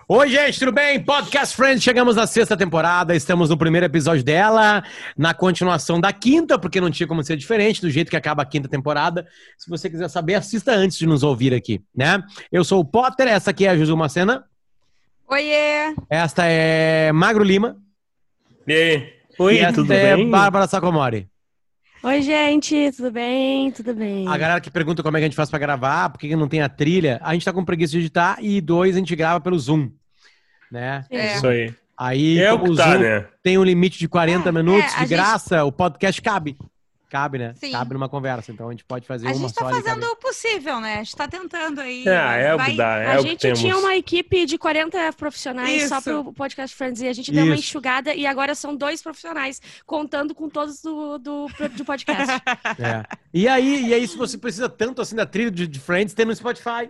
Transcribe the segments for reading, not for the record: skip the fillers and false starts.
Oi, gente, tudo bem? Podcast Friends, chegamos na 6ª temporada, estamos no primeiro episódio dela, na continuação da 5ª, porque não tinha como ser diferente, do jeito que acaba a 5ª temporada. Se você quiser saber, assista antes de nos ouvir aqui, né? Eu sou o Potter, essa aqui é a Juju Macena. Oiê! Esta é Magro Lima. E aí? Oi, e tudo esta é bem? Bárbara Sacomori. Oi, gente, tudo bem? Tudo bem. A galera que pergunta como é que a gente faz pra gravar, por que não tem a trilha, a gente tá com preguiça de editar e a gente grava pelo Zoom, né? Isso aí. Aí, É o como que tá, Zoom né? tem um limite de 40 minutos de gente- graça, o podcast cabe. Cabe, né? Sim. Cabe numa conversa, então a gente pode fazer A uma gente tá só ali, fazendo cabe. o possível, né? A gente tá tentando aí. É o Vai- que dá, A é o que gente temos. tinha uma equipe de 40 profissionais Isso. só pro Podcast Friends e a gente deu uma Isso. enxugada e agora são 2 profissionais, contando com todos do podcast. É. E aí, se você precisa tanto assim da trilha de Friends, tem no Spotify.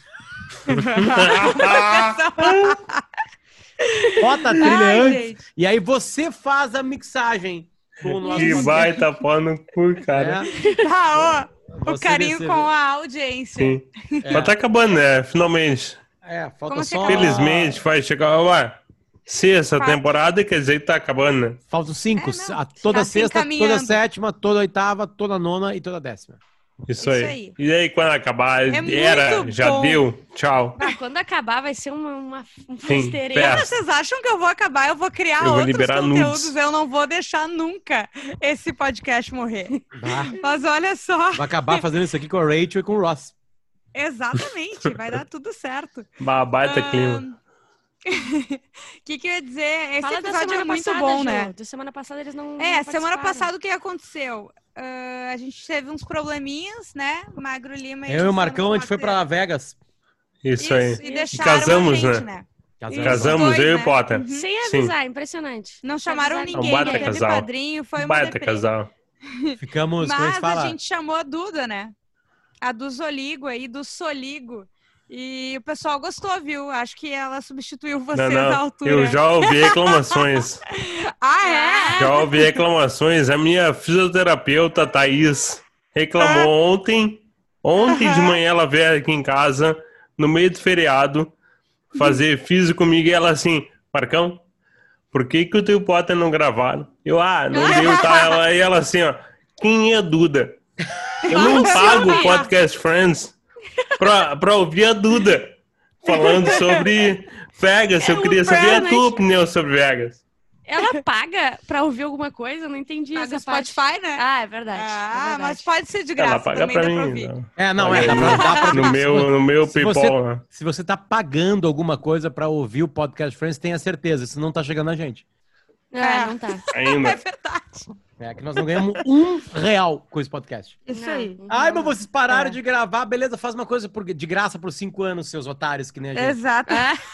Bota a trilha Ai, antes, gente. e aí você faz a mixagem com o nosso Que podcast. vai tapar no cu, cara. Tá, ó, o Você carinho desceu. com a audiência. Sim. Mas tá acabando, né? Finalmente. Falta Como você só... Felizmente vai chegar lá. Sexta Quatro. temporada, quer dizer que tá acabando, né? Faltam 5. não, Toda tá se sexta, toda encaminhando. sétima, toda oitava, toda nona e toda 10ª. Isso Isso aí. aí. E aí, quando acabar, É era, muito já bom. deu, tchau. Ah, quando acabar vai ser um Sim, festeirinho. pera. Quando vocês acham que eu vou acabar, eu vou criar Eu vou outros liberar conteúdos. nudes. Eu não vou deixar nunca esse podcast morrer. Tá? Mas olha só, Vai acabar fazendo isso aqui com a Rachel e com o Ross. exatamente, vai dar tudo certo. Baita clima. O que eu ia dizer? Esse Fala da episódio semana é muito passada, bom, Ju. né? Da semana passada eles não É, não semana participaram. passada o que aconteceu? A gente teve uns probleminhas, né? Magro Lima Eu e o Marcão, a gente foi pra Vegas. Isso aí. E deixaram casamos, a gente, né? Casamos. Os dois, eu e né? o Potter. Uhum. Sem Sim. avisar, impressionante. Não Sem chamaram avisar ninguém, baita não teve casal. padrinho, foi uma Baita deprê. casal. Ficamos, como a gente Mas fala? a gente chamou a Duda, né? A do Zoligo aí, do Soligo. E o pessoal gostou, viu? Acho que ela substituiu vocês à Não, altura. eu já ouvi reclamações. Ah, é? Já ouvi reclamações. A minha fisioterapeuta, Thaís, reclamou ontem. Ontem de manhã ela veio aqui em casa, no meio do feriado, fazer físico comigo e ela assim, Marcão, por que o teu Potter não gravaram? Eu, não deu, tá? E ela assim, ó, quem é a Duda? Eu não pago o Podcast Friends pra ouvir a Duda falando sobre Vegas. Eu queria saber a tua opinião sobre Vegas. Ela paga pra ouvir alguma coisa? Eu não entendi Paga essa o parte. Spotify, né? Ah, é verdade. é Ah, verdade. mas pode ser de graça Ela paga também, pra dá mim. pra ouvir. Não. Não, dá pra No meu Se você- PayPal, né? Se você tá pagando alguma coisa pra ouvir o Podcast Friends, tenha certeza, isso não tá chegando a gente. Não tá. É Ainda. verdade. É que nós não ganhamos R$1 com esse podcast. Isso Não. aí. Ai, mas vocês pararam É. de gravar, beleza, faz uma coisa de graça por 5 anos, seus otários, que nem a gente. Exato.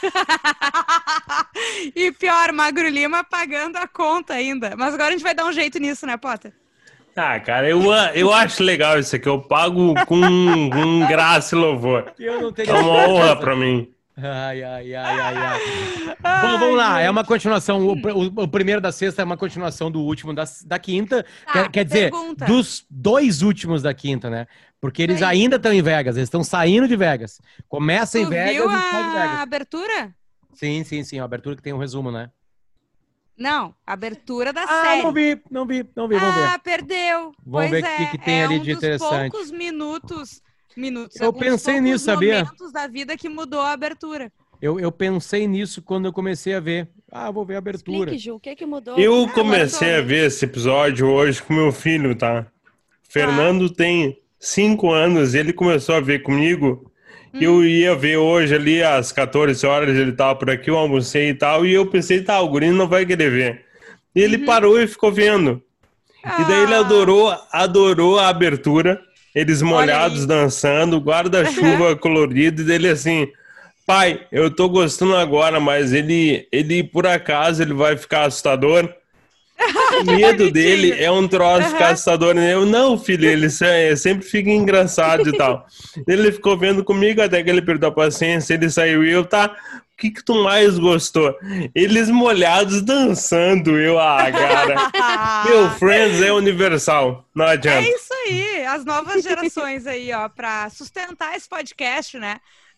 E pior, Magro Lima pagando a conta ainda. Mas agora a gente vai dar um jeito nisso, né, Potter? Cara, eu acho legal isso aqui. Eu pago com graça e louvor. Eu não tenho É uma honra pra mim. Ai. Bom, vamos lá, é uma continuação. O primeiro da sexta é uma continuação do último da 5ª. Tá, quer dizer, pergunta. dos 2 últimos da 5ª, né? Porque eles Aí. ainda estão em Vegas, eles estão saindo de Vegas. Começa em Tu Vegas viu e sai de a Vegas. abertura? Sim, a abertura que tem um resumo, né? Não, a abertura da Ah, série. não vi, vamos ver. Perdeu. Vamos Pois ver o é, que tem é ali um de dos interessante. poucos minutos, Eu alguns pensei poucos nisso, sabia? momentos da vida que mudou a abertura. Eu pensei nisso quando eu comecei a ver. Vou ver a abertura. Explique, Ju, o que que mudou? Eu comecei a ver esse episódio hoje com meu filho, tá? Fernando tem 5 anos, ele começou a ver comigo. Eu ia ver hoje ali às 14 horas, ele tava por aqui, eu almocei e tal, e eu pensei, o guri não vai querer ver. E ele parou e ficou vendo. E daí ele adorou a abertura, eles molhados dançando, guarda-chuva colorido, e dele assim, pai, eu tô gostando agora, mas ele por acaso ele vai ficar assustador. O medo dele é um troço ficar assustador. Eu, não, filho, ele sempre fica engraçado e tal. Ele ficou vendo comigo até que ele perdeu a paciência, ele saiu e eu, o que tu mais gostou? Eles molhados dançando, cara. Meu, Friends é universal, não adianta. É isso aí, as novas gerações aí, ó, pra sustentar esse podcast, né?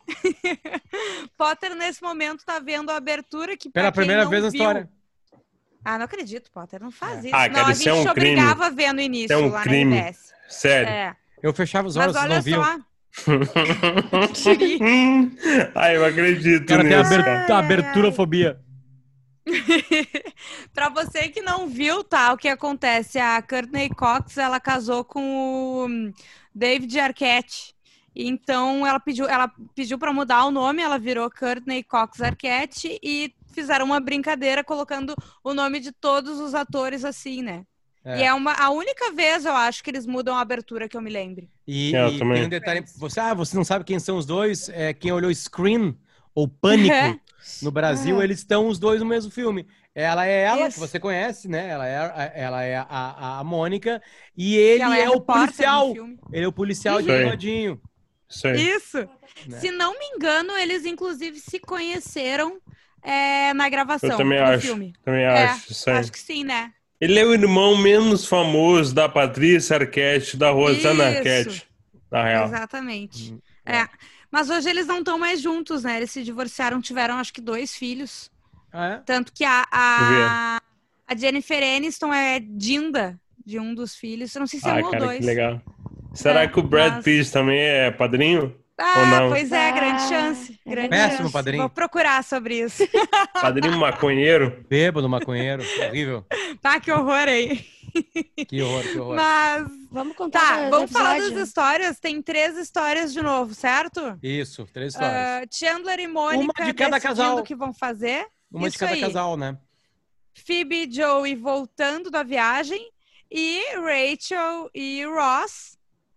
Potter, nesse momento, tá vendo a abertura que Pela pra quem primeira não vez na viu... história. Ah, não acredito, Potter, não faz isso. Ah, não, cara, a isso gente é um te crime. obrigava a ver no início, Isso é um lá crime. na RBS. Sério. É. Eu fechava os olhos, Mas vocês olha não viam. só. Guri. Ai, eu acredito O cara tem nisso, cara. Ai, aberturofobia. Pra você que não viu, tá, o que acontece? A Courtney Cox, ela casou com o David Arquette. Então, ela pediu para mudar o nome, ela virou Courtney Cox Arquette e fizeram uma brincadeira colocando o nome de todos os atores assim, né? É. E é a única vez, eu acho, que eles mudam a abertura que eu me lembre. E, Eu e também. tem um detalhe. Você não sabe quem são os dois? Quem olhou Scream ou Pânico no Brasil, eles estão os dois no mesmo filme. Ela é ela, Isso. que você conhece, né? Ela é a Mônica. E ele ela é o repórter no policial. filme. Ele é o policial de Isso aí. bigodinho. Isso aí. Isso. Né? Se não me engano, eles inclusive se conheceram na gravação Eu também do acho. filme. Também acho. Isso aí. Acho que sim, né? Ele é o irmão menos famoso da Patrícia Arquette, da Rosana Isso. Arquette, na real. Exatamente. É. Mas hoje eles não estão mais juntos, né? Eles se divorciaram, tiveram acho que 2 filhos. Ah, é? Tanto que a Jennifer Aniston é Dinda de um dos filhos. Eu não sei se é um ou Cara, 2. que legal. Será que o Brad Pitt também é padrinho? Ou não? Pois é, grande chance. Grande Péssimo, chance. padrinho. Vou procurar sobre isso. Padrinho maconheiro? Bêbado, maconheiro. Horrível. Tá, que horror aí. Que horror, que horror. Mas, Vamos contar tá, do vamos falar episódio? das histórias. Tem 3 histórias de novo, certo? Isso, 3 histórias. Chandler e Mônica Uma de cada decidindo casal. o que vão fazer. Uma Isso de cada aí. casal, né? Phoebe e Joey voltando da viagem. E Rachel e Ross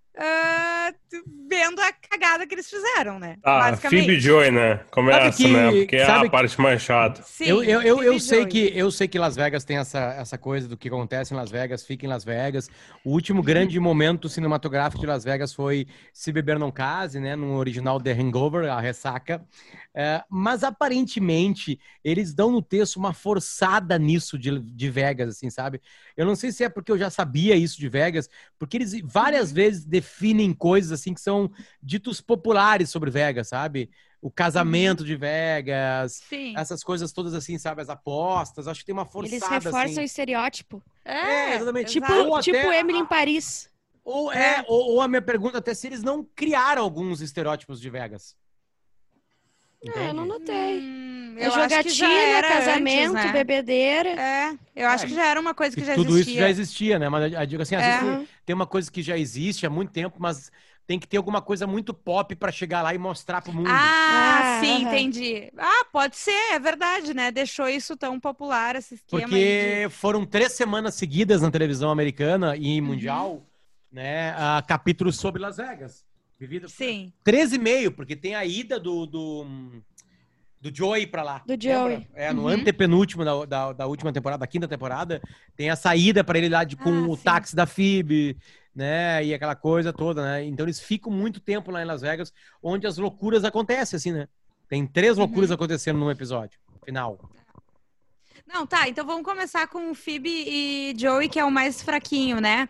vendo a cagada que eles fizeram, né? Basicamente. Phoebe e Joey, né? Começa, né? Porque é sabe a parte mais chata. Sim, Eu Phoebe e sei Joey. que Las Vegas tem essa coisa do que acontece em Las Vegas, fica em Las Vegas. O último grande momento cinematográfico de Las Vegas foi Se Beber Não Case, né? No original The Hangover, A Ressaca. Mas aparentemente eles dão no texto uma forçada nisso de Vegas, assim, sabe? Eu não sei se é porque eu já sabia isso de Vegas, porque eles várias vezes definem coisas assim que são ditos populares sobre Vegas, sabe? O casamento de Vegas, Sim. essas coisas todas assim, sabe? As apostas, acho que tem uma Eles forçada reforçam assim. o estereótipo. Exatamente. Tipo, Ou tipo até Emily em Paris. Ou a minha pergunta até se eles não criaram alguns estereótipos de Vegas. Eu não notei. Eu acho que já Jogatina, era casamento, antes, né? bebedeira. Eu acho que já era uma coisa que já Tudo existia. isso já existia, né? Mas eu digo assim, às vezes tem uma coisa que já existe há muito tempo, mas tem que ter alguma coisa muito pop pra chegar lá e mostrar pro mundo. Sim, entendi. Pode ser, é verdade, né? Deixou isso tão popular, esse esquema Porque foram 3 semanas seguidas na televisão americana e mundial, né? Capítulos sobre Las Vegas. Vivido Sim. 13,5, porque tem a ida do Joey pra lá. Do Joey. Lembra? No antepenúltimo da última temporada, da 5ª temporada, tem a saída pra ele lá com o táxi da Phoebe, né? E aquela coisa toda, né? Então eles ficam muito tempo lá em Las Vegas, onde as loucuras acontecem, assim, né? Tem 3 loucuras acontecendo num episódio final. Não, tá, então vamos começar com o Phoebe e Joey, que é o mais fraquinho, né?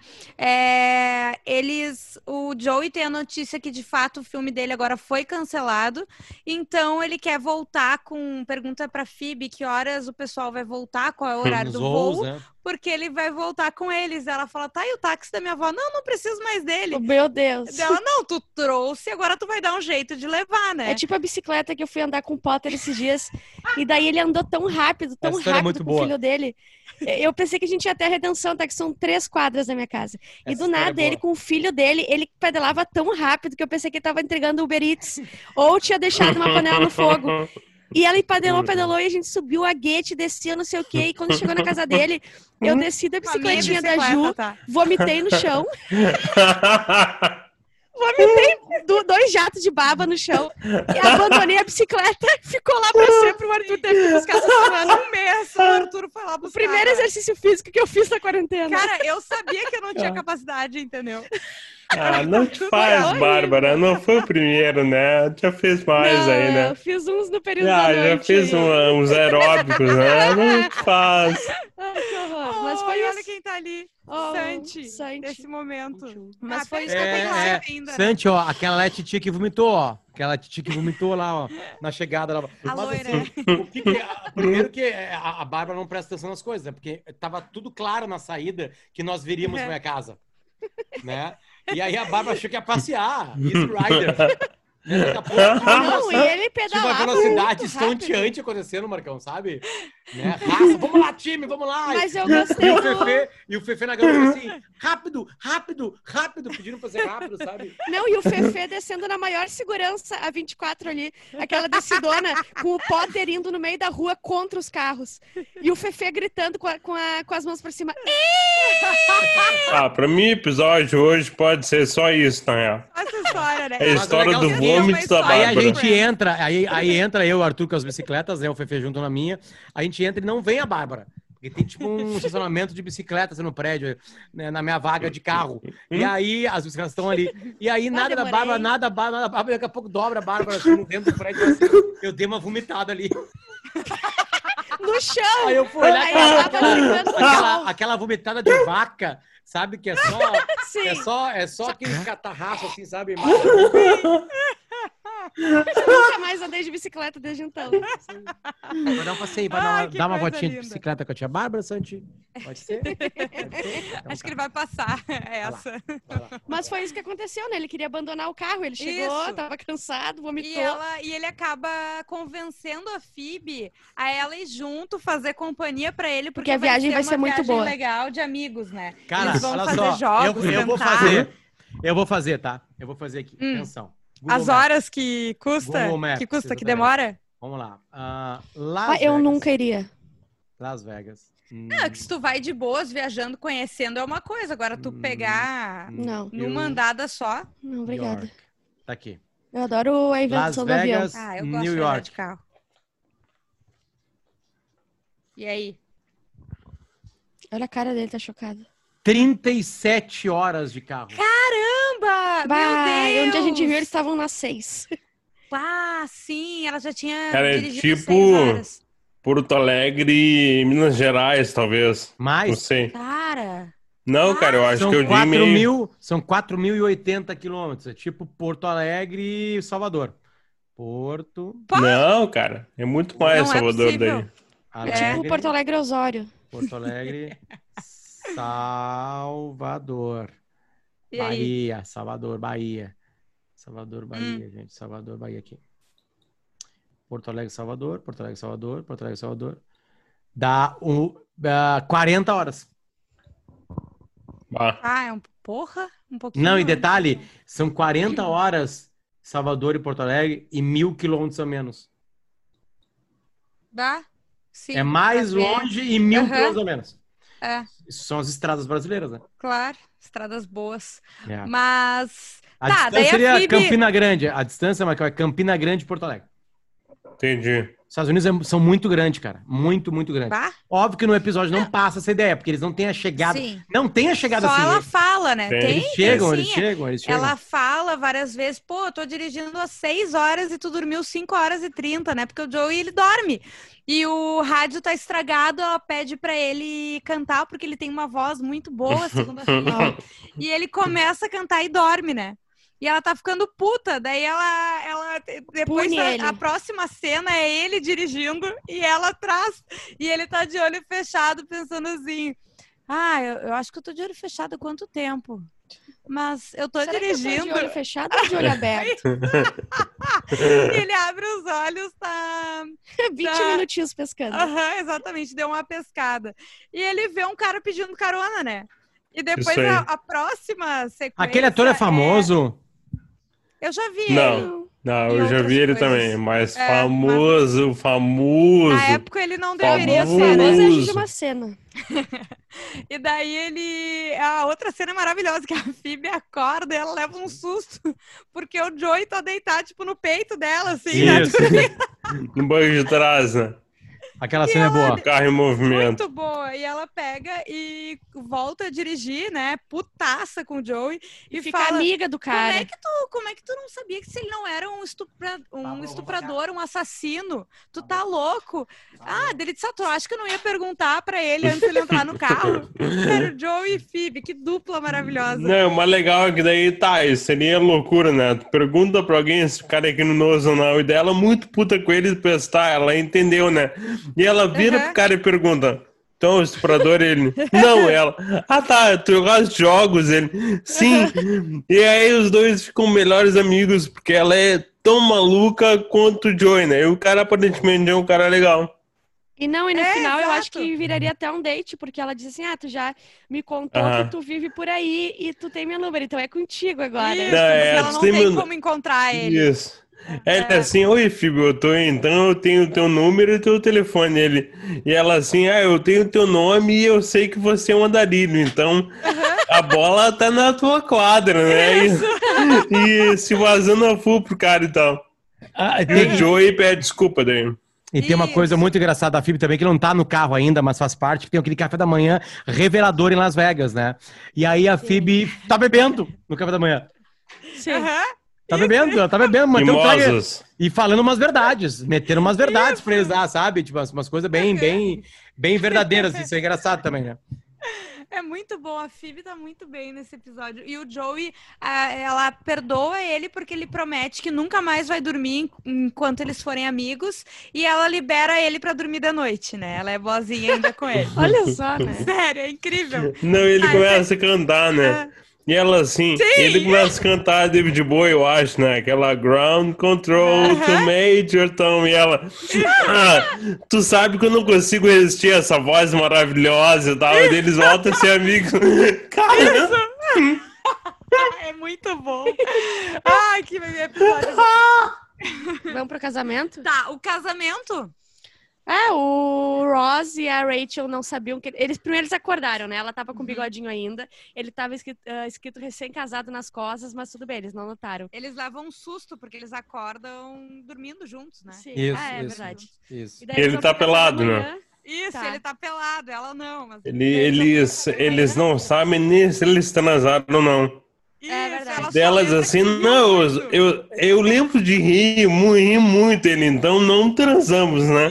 O Joey tem a notícia que, de fato, o filme dele agora foi cancelado, então ele quer voltar pergunta pra Phoebe que horas o pessoal vai voltar, qual é o horário do voo, né? porque ele vai voltar com eles. Ela fala, tá, e o táxi da minha avó? Não preciso mais dele. Meu Deus. Ela, não, tu trouxe, agora tu vai dar um jeito de levar, né? É tipo a bicicleta que eu fui andar com o Potter esses dias. E daí ele andou tão rápido muito com o filho dele. Eu pensei que a gente ia ter a redenção, tá? Que são 3 quadras da minha casa. E do nada, ele com o filho dele, ele pedalava tão rápido que eu pensei que ele tava entregando Uber Eats. Ou tinha deixado uma panela no fogo. E ela pedalou e a gente subiu a guete, descia, não sei o quê. E quando chegou na casa dele, eu desci da bicicletinha da Ju, vomitei no chão. Vomitei 2 jatos de baba no chão e abandonei a bicicleta e ficou lá pra sempre. O Arthur teve que buscar essa semana. Um mês, o Arthur foi lá buscar. O primeiro exercício físico que eu fiz na quarentena. Cara, eu sabia que eu não tinha capacidade, entendeu? Não te faz, Bárbara. Não foi o primeiro, né? Já fez mais aí, né? Eu fiz uns no período da noite. Já fez uns aeróbicos, né? Não te faz. Ai, que horror. Mas foi olha isso. quem tá ali. Oh, Santi, Santi. nesse momento. Mas foi isso que aconteceu ainda. né? Santi, ó, aquela lá é a titia que vomitou, ó. Aquela titia que vomitou lá, ó, na chegada. Lá. A loira. o que primeiro que a Bárbara não presta atenção nas coisas, né? Porque tava tudo claro na saída que nós viríamos pra minha casa, né? E aí a Bárbara achou que ia passear, Easy Rider. Daqui a pouco, Não, e ele tinha uma pedalava velocidade muito rápido. estonteante acontecendo, Marcão, sabe? Né? Raça, vamos lá, time, vamos lá. Mas eu gostei E o Fefe na gama assim, rápido, rápido, rápido, pedindo pra ser rápido, sabe? Não, e o Fefe descendo na maior segurança, a 24 ali, aquela descidona, com o Potter indo no meio da rua contra os carros. E o Fefe gritando com as mãos pra cima. Pra mim, o episódio hoje pode ser só isso, na real. Essa história, né? É a Mas história é legal do que vômito da Aí Bárbara. a gente entra, aí entra eu, o Arthur com as bicicletas, né? O Fefe junto na minha. A gente entra e não vem a Bárbara. Porque tem tipo um estacionamento de bicicletas no prédio, né, na minha vaga de carro. E aí as bicicletas estão ali. E aí nada da demorei. Bárbara, nada da Bárbara, daqui a pouco dobra a Bárbara assim, dentro do prédio. Assim, eu dei uma vomitada ali. No chão! Aí eu fui olhar Aí ela tava brincando no chão. aquela vomitada de vaca, sabe? Que é só. Sim. É só aquele catarraço, assim, sabe? Nunca mais andei de bicicleta desde então. Vai dar um passeio, vai Ai, que dar uma coisa voltinha de linda. bicicleta com a tia Bárbara, Santi? Pode ser? Acho que ele vai passar essa. Mas foi isso que aconteceu, né? Ele queria abandonar o carro, ele chegou, Isso. tava cansado, vomitou. E ele acaba convencendo a Phoebe a ela ir junto fazer companhia pra ele, porque a viagem vai ser uma muito viagem boa. legal de amigos, né? Cara, Eles vão olha fazer só, jogos, eu vou cantar. fazer. Eu vou fazer, tá? Eu vou fazer aqui. Atenção. Google As Maps. horas que custa, Google Maps, que exatamente. demora. Vamos lá. Las Eu Vegas. nunca iria. Las Vegas. Não, que se tu vai de boas, viajando, conhecendo, é uma coisa. Agora, tu pegar Não. numa andada só... Não, obrigada. York. Tá aqui. Eu adoro a Las invenção do avião. Vegas, Ah, eu gosto New de andar York. de carro. E aí? Olha a cara dele, tá chocado. 37 horas de carro. Caramba! Bah, Meu Deus! onde a gente viu, eles estavam nas 6. Ah, sim, ela já tinha Cara, é dirigido tipo 6 horas. Porto Alegre, Minas Gerais, talvez. Não Mais? sei. Cara, Não, cara, eu acho São que eu vi 4 meio... mil, são 4.080 quilômetros. É tipo Porto Alegre e Salvador. Porto Não, cara, é muito mais Não é Salvador possível. daí. Alegre. Tipo Porto Alegre Osório. Porto Alegre, Salvador. e aí? Bahia, Salvador, Bahia. Salvador, Bahia, gente. Salvador, Bahia aqui. Porto Alegre, Salvador, Porto Alegre, Salvador, Porto Alegre, Salvador. Dá 40 horas. Bah. Ah, um pouquinho. Não, e antes. detalhe, são 40 horas Salvador e Porto Alegre e 1.000 quilômetros a menos. Dá? Sim, É mais pra ver. longe e 1.000 Aham. quilômetros a menos. É, Isso são as estradas brasileiras, né? claro. Estradas boas. É. Mas... A Tá, distância daí a seria Phoebe... Campina Grande. A distância, Marcão, é Campina Grande e Porto Alegre. Entendi. Os Estados Unidos são muito grandes, cara. Muito, muito grandes. Bah? Óbvio que no episódio não passa essa ideia, porque eles não têm a chegada. Sim. Não tem a chegada Só assim. ela fala, né? Tem. Tem, Eles chegam, sim, eles chegam, eles chegam. Ela fala várias vezes, pô, eu tô dirigindo às 6 horas e tu dormiu 5 horas e 30, né? Porque o Joey, ele dorme. E o rádio tá estragado, ela pede pra ele cantar, porque ele tem uma voz muito boa, segundo a Phoebe. E ele começa a cantar e dorme, né? E ela tá ficando puta, daí ela depois Pune ele. a próxima cena é ele dirigindo e ela atrás. E ele tá de olho fechado, pensando assim, eu acho que eu tô de olho fechado há quanto tempo? Mas eu tô Será que eu tô dirigindo. de olho fechado ou de olho aberto? E ele abre os olhos, tá... 20 Tá. minutinhos pescando. Aham, exatamente, deu uma pescada. E ele vê um cara pedindo carona, né? E depois Isso aí. a próxima sequência... Aquele ator é famoso? Eu já vi ele. Não, E eu já outras vi ele coisas. também, mas É, famoso. Na época ele não deveria Famoso. ser, né? Famoso é Uso. de uma cena. E daí ele... A outra cena é maravilhosa, que a Phoebe acorda e ela leva um susto, porque o Joey tá deitado, tipo, no peito dela, assim, né? Isso. No banco de trás, né? Aquela cena é boa. Carro em movimento. Muito boa. E ela pega e volta a dirigir, né? Putaça com o Joey. E Fica fala, amiga do cara. como é que tu não sabia que se ele não era um estuprador, um assassino? Tu tá louco? Dele disse, tu acha que eu não ia perguntar pra ele antes de ele entrar no carro? Era o Joey e Phoebe, que dupla maravilhosa. Não, o mais legal é que daí, isso seria loucura, né? Tu pergunta pra alguém se o cara é criminoso ou não, e daí ela muito puta com ele, prestar, ela entendeu, né? E ela vira pro cara e pergunta, então o estuprador, ele, não, ela, tu gosta de jogos, ele, sim, e aí os dois ficam melhores amigos, porque ela é tão maluca quanto o Joey, né? E o cara aparentemente é um cara legal. E no final eu exato. acho que viraria até um date, porque ela disse assim, tu já me contou que tu vive por aí e tu tem meu número, então é contigo agora. Isso, Não, porque ela não tem meu... como encontrar ele. Isso. É assim, oi, Phoebe, então eu tenho teu número e teu telefone. E ela assim, eu tenho teu nome e eu sei que você é um andarilho, então a bola tá na tua quadra, né? E se vazando a full pro cara e tal. E o Joey pede desculpa daí. E tem uma coisa muito engraçada da Phoebe também, que não tá no carro ainda, mas faz parte, que tem aquele café da manhã revelador em Las Vegas, né? E aí a Phoebe tá bebendo no café da manhã. Sim. Tá bebendo, ela tá bebendo, mas e falando umas verdades, metendo umas verdades pra eles lá, sabe? Tipo, umas coisas bem verdadeiras, isso é engraçado também, né? É muito bom, a Phoebe tá muito bem nesse episódio. E o Joey, ela perdoa ele porque ele promete que nunca mais vai dormir enquanto eles forem amigos. E ela libera ele pra dormir da noite, né? Ela é boazinha ainda com ele. Olha só, né? Sério, é incrível. Não, ele começa a cantar, né? E ela assim, ele começa a cantar David Bowie, eu acho, né? Aquela Ground Control to Major Tom. E ela, tu sabe que eu não consigo resistir a essa voz maravilhosa e tal. E eles voltam a ser amigos. Caramba! É muito bom. Ai, que episódio. Vamos pro casamento? Tá, o casamento... O Ross e a Rachel não sabiam que... Primeiro eles acordaram, né? Ela tava com bigodinho ainda. Ele tava escrito recém-casado nas costas, mas tudo bem, eles não notaram. Eles levam um susto, porque eles acordam dormindo juntos, né? Sim. Isso, Verdade. Isso. E daí Ele tá pelado, né? Isso, ele tá pelado, ela não. Mas... Eles não sabem nem se eles transaram ou não. Isso, verdade. Delas assim, não, eu lembro de rir muito ele, então não transamos, né?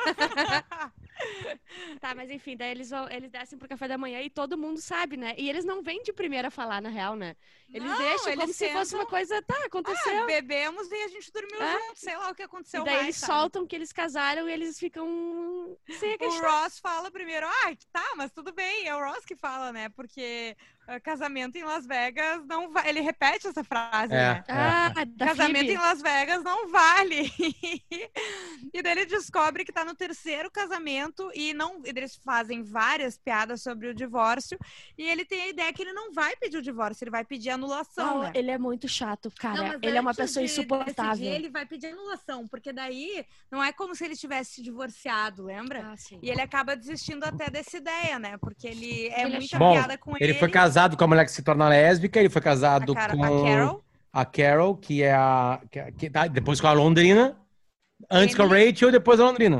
Tá, mas enfim, daí eles descem pro café da manhã e todo mundo sabe, né? E eles não vêm de primeira falar, na real, né? Eles deixam como se fosse uma coisa, aconteceu. Bebemos e a gente dormiu junto, sei lá o que aconteceu. E daí eles soltam que eles casaram e eles ficam sem acreditar. O Ross fala primeiro, mas tudo bem, é o Ross que fala, né? Porque casamento em Las Vegas não vale. Ele repete essa frase, né? Casamento Phoebe. em Las Vegas não vale. E daí ele descobre que tá no terceiro casamento e eles fazem várias piadas sobre o divórcio e ele tem a ideia que ele não vai pedir o divórcio, ele vai pedir anulação, né? Ele é muito chato, cara. Não, ele é uma pessoa insuportável. Ele vai pedir anulação, porque daí não é como se ele tivesse se divorciado, lembra? Sim. E ele acaba desistindo até dessa ideia, né? Porque ele é muita Bom, piada com ele. Ele foi casado com a mulher que se torna lésbica, ele foi casado com a Carol, que é depois com a Londrina, antes com a Rachel, depois a Londrina.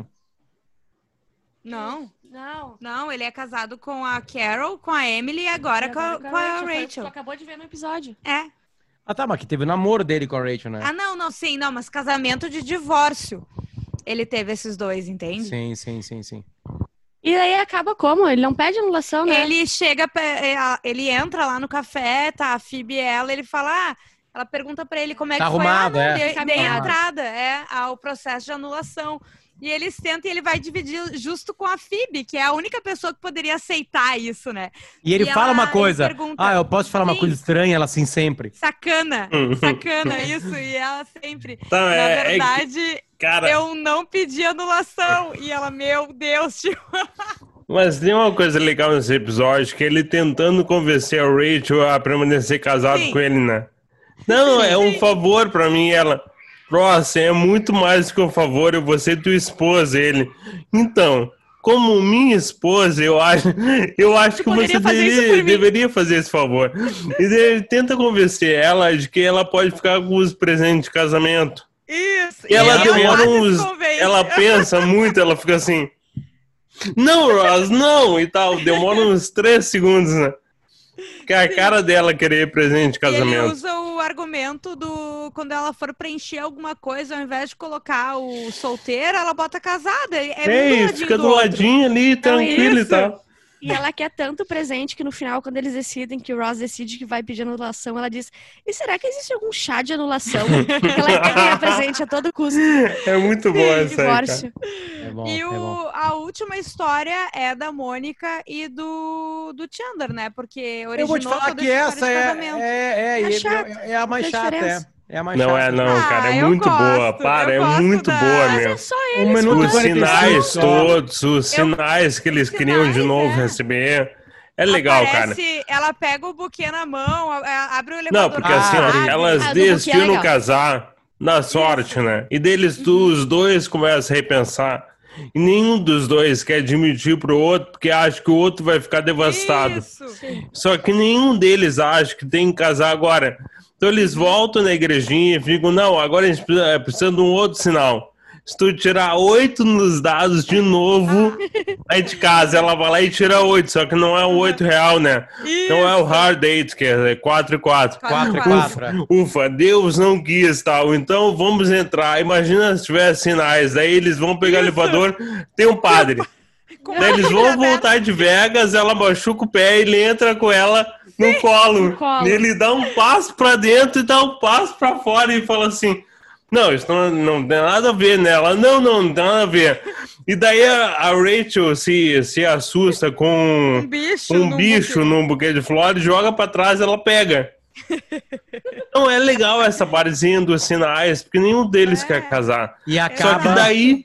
Não, ele é casado com a Carol, com a Emily e agora com a Rachel. Tu acabou de ver no episódio. Mas que teve o namoro dele com a Rachel, né? Não, mas casamento de divórcio. Ele teve esses dois, entende? Sim. E aí acaba como? Ele não pede anulação, né? Ele entra lá no café, tá a Phoebe e ele fala, ela pergunta pra ele como é que arrumado, foi. Dei entrada, ao processo de anulação. E ele senta e ele vai dividir justo com a Phoebe, que é a única pessoa que poderia aceitar isso, né? E ele fala uma coisa, eu posso falar uma Sim. coisa estranha, ela assim sempre. Sacana, isso, e ela sempre. Na verdade, cara... eu não pedi anulação. E ela, meu Deus, tio. Mas tem uma coisa legal nesse episódio, que ele tentando convencer a Rachel a permanecer casado com ele, né? Não, é um favor pra mim, ela... Ross, é muito mais do que um favor, eu vou ser tua esposa, ele. Então, como minha esposa, eu acho que você deveria fazer esse favor. E ele tenta convencer ela de que ela pode ficar com os presentes de casamento. Isso. E ela demora ela pensa muito, ela fica assim, Não, Ross, não! E tal. Demora uns 3 segundos, né? Que é a cara dela querer presente de E ele casamento. usa o argumento do... Quando ela for preencher alguma coisa, ao invés de colocar o solteiro, ela bota casada. Ei, fica do ladinho ali, tranquilo e isso. tal. E ela quer tanto presente que no final, quando eles decidem, que o Ross decide que vai pedir anulação, ela diz: e será que existe algum chá de anulação? Ela quer ganhar presente a todo custo. É muito bom essa aí, cara. Divórcio. É bom, E é bom. a última história é da Mônica e do Chandler, né? Porque originou Eu vou te falar toda que essa essa história de casamento. É chata. é a mais Não tem chata, diferença. é a mais Não é chata. não, cara. É eu muito boa. gosto, Para, eu é gosto muito da- boa Mas mesmo. é só Um eles minuto e Os 45 sinais só. todos, os sinais que eles queriam de novo receber. É legal, cara. Ela pega o buquê na mão, abre o Não, elevador. porque da assim, ó, cidade. elas Ah, do buquê é destinam legal. casar na sorte, né? E deles, os dois começam a repensar. E nenhum dos dois quer admitir pro outro, porque acha que o outro vai ficar devastado. Isso. Só que nenhum deles acha que tem que casar agora. Então eles voltam na igrejinha e ficam, não, agora a gente precisa de um outro sinal. Se tu tirar 8 nos dados de novo, aí de casa ela vai lá e tira 8, só que não é o 8 real, né? Não é o hard date, que é 4 e 4. 4 e 4. 4. Ufa, Deus não quis, tal. Então vamos entrar. Imagina se tivesse sinais. Daí eles vão pegar o elevador, tem um padre. Daí eles vão voltar de Vegas, ela machuca o pé e ele entra com ela no colo. colo. E ele dá um passo pra dentro e dá um passo pra fora e fala assim: não, isso não tem nada a ver nela. Não tem nada a ver. E daí a Rachel se assusta com Um bicho. num buquê de flores, joga pra trás, ela pega. Então é legal essa partezinha dos sinais, porque nenhum deles quer casar. E Só que acaba... daí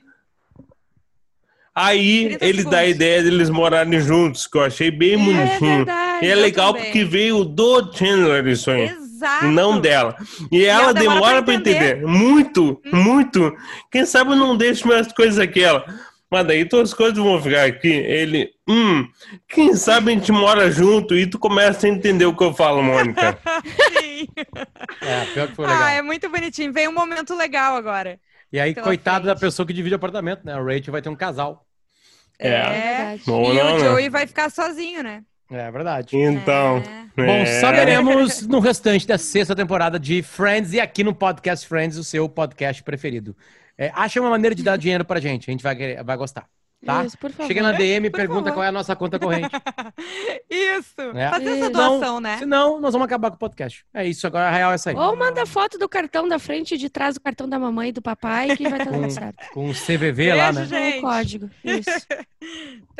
30 eles dão a segundos. ideia deles morarem juntos, que eu achei bem bonitinho. verdade, E é eu legal também. porque veio do Chandler isso aí. Exato. E não dela. E ela ela demora demora pra pra entender. Muito. Quem sabe eu não deixo mais coisas aquela. Mas daí todas as coisas vão ficar aqui. Ele, quem sabe a gente mora junto e tu começa a entender o que eu falo, Mônica. Sim. pior que foi legal. É muito bonitinho. Vem um momento legal agora. E aí, pela coitado da frente. pessoa que divide apartamento, né? A Rachel vai ter um casal. verdade. Ou E não, o né? Joey vai ficar sozinho, né? É verdade. Então. Bom, saberemos no restante da 6ª temporada de Friends e aqui no Podcast Friends, o seu podcast preferido. Acha uma maneira de dar dinheiro pra gente, a gente vai gostar, tá? Isso, por favor. Chega na DM e Por pergunta favor. qual é a nossa conta corrente. Isso. É. Fazer essa Isso. doação, né? Senão, nós vamos acabar com o podcast. É isso, agora a real é essa aí. Ou manda foto do cartão da frente e de trás do cartão da mamãe e do papai, que vai estar tudo certo. Com o CVV lá, né? Beijo, Com o gente. código. Isso.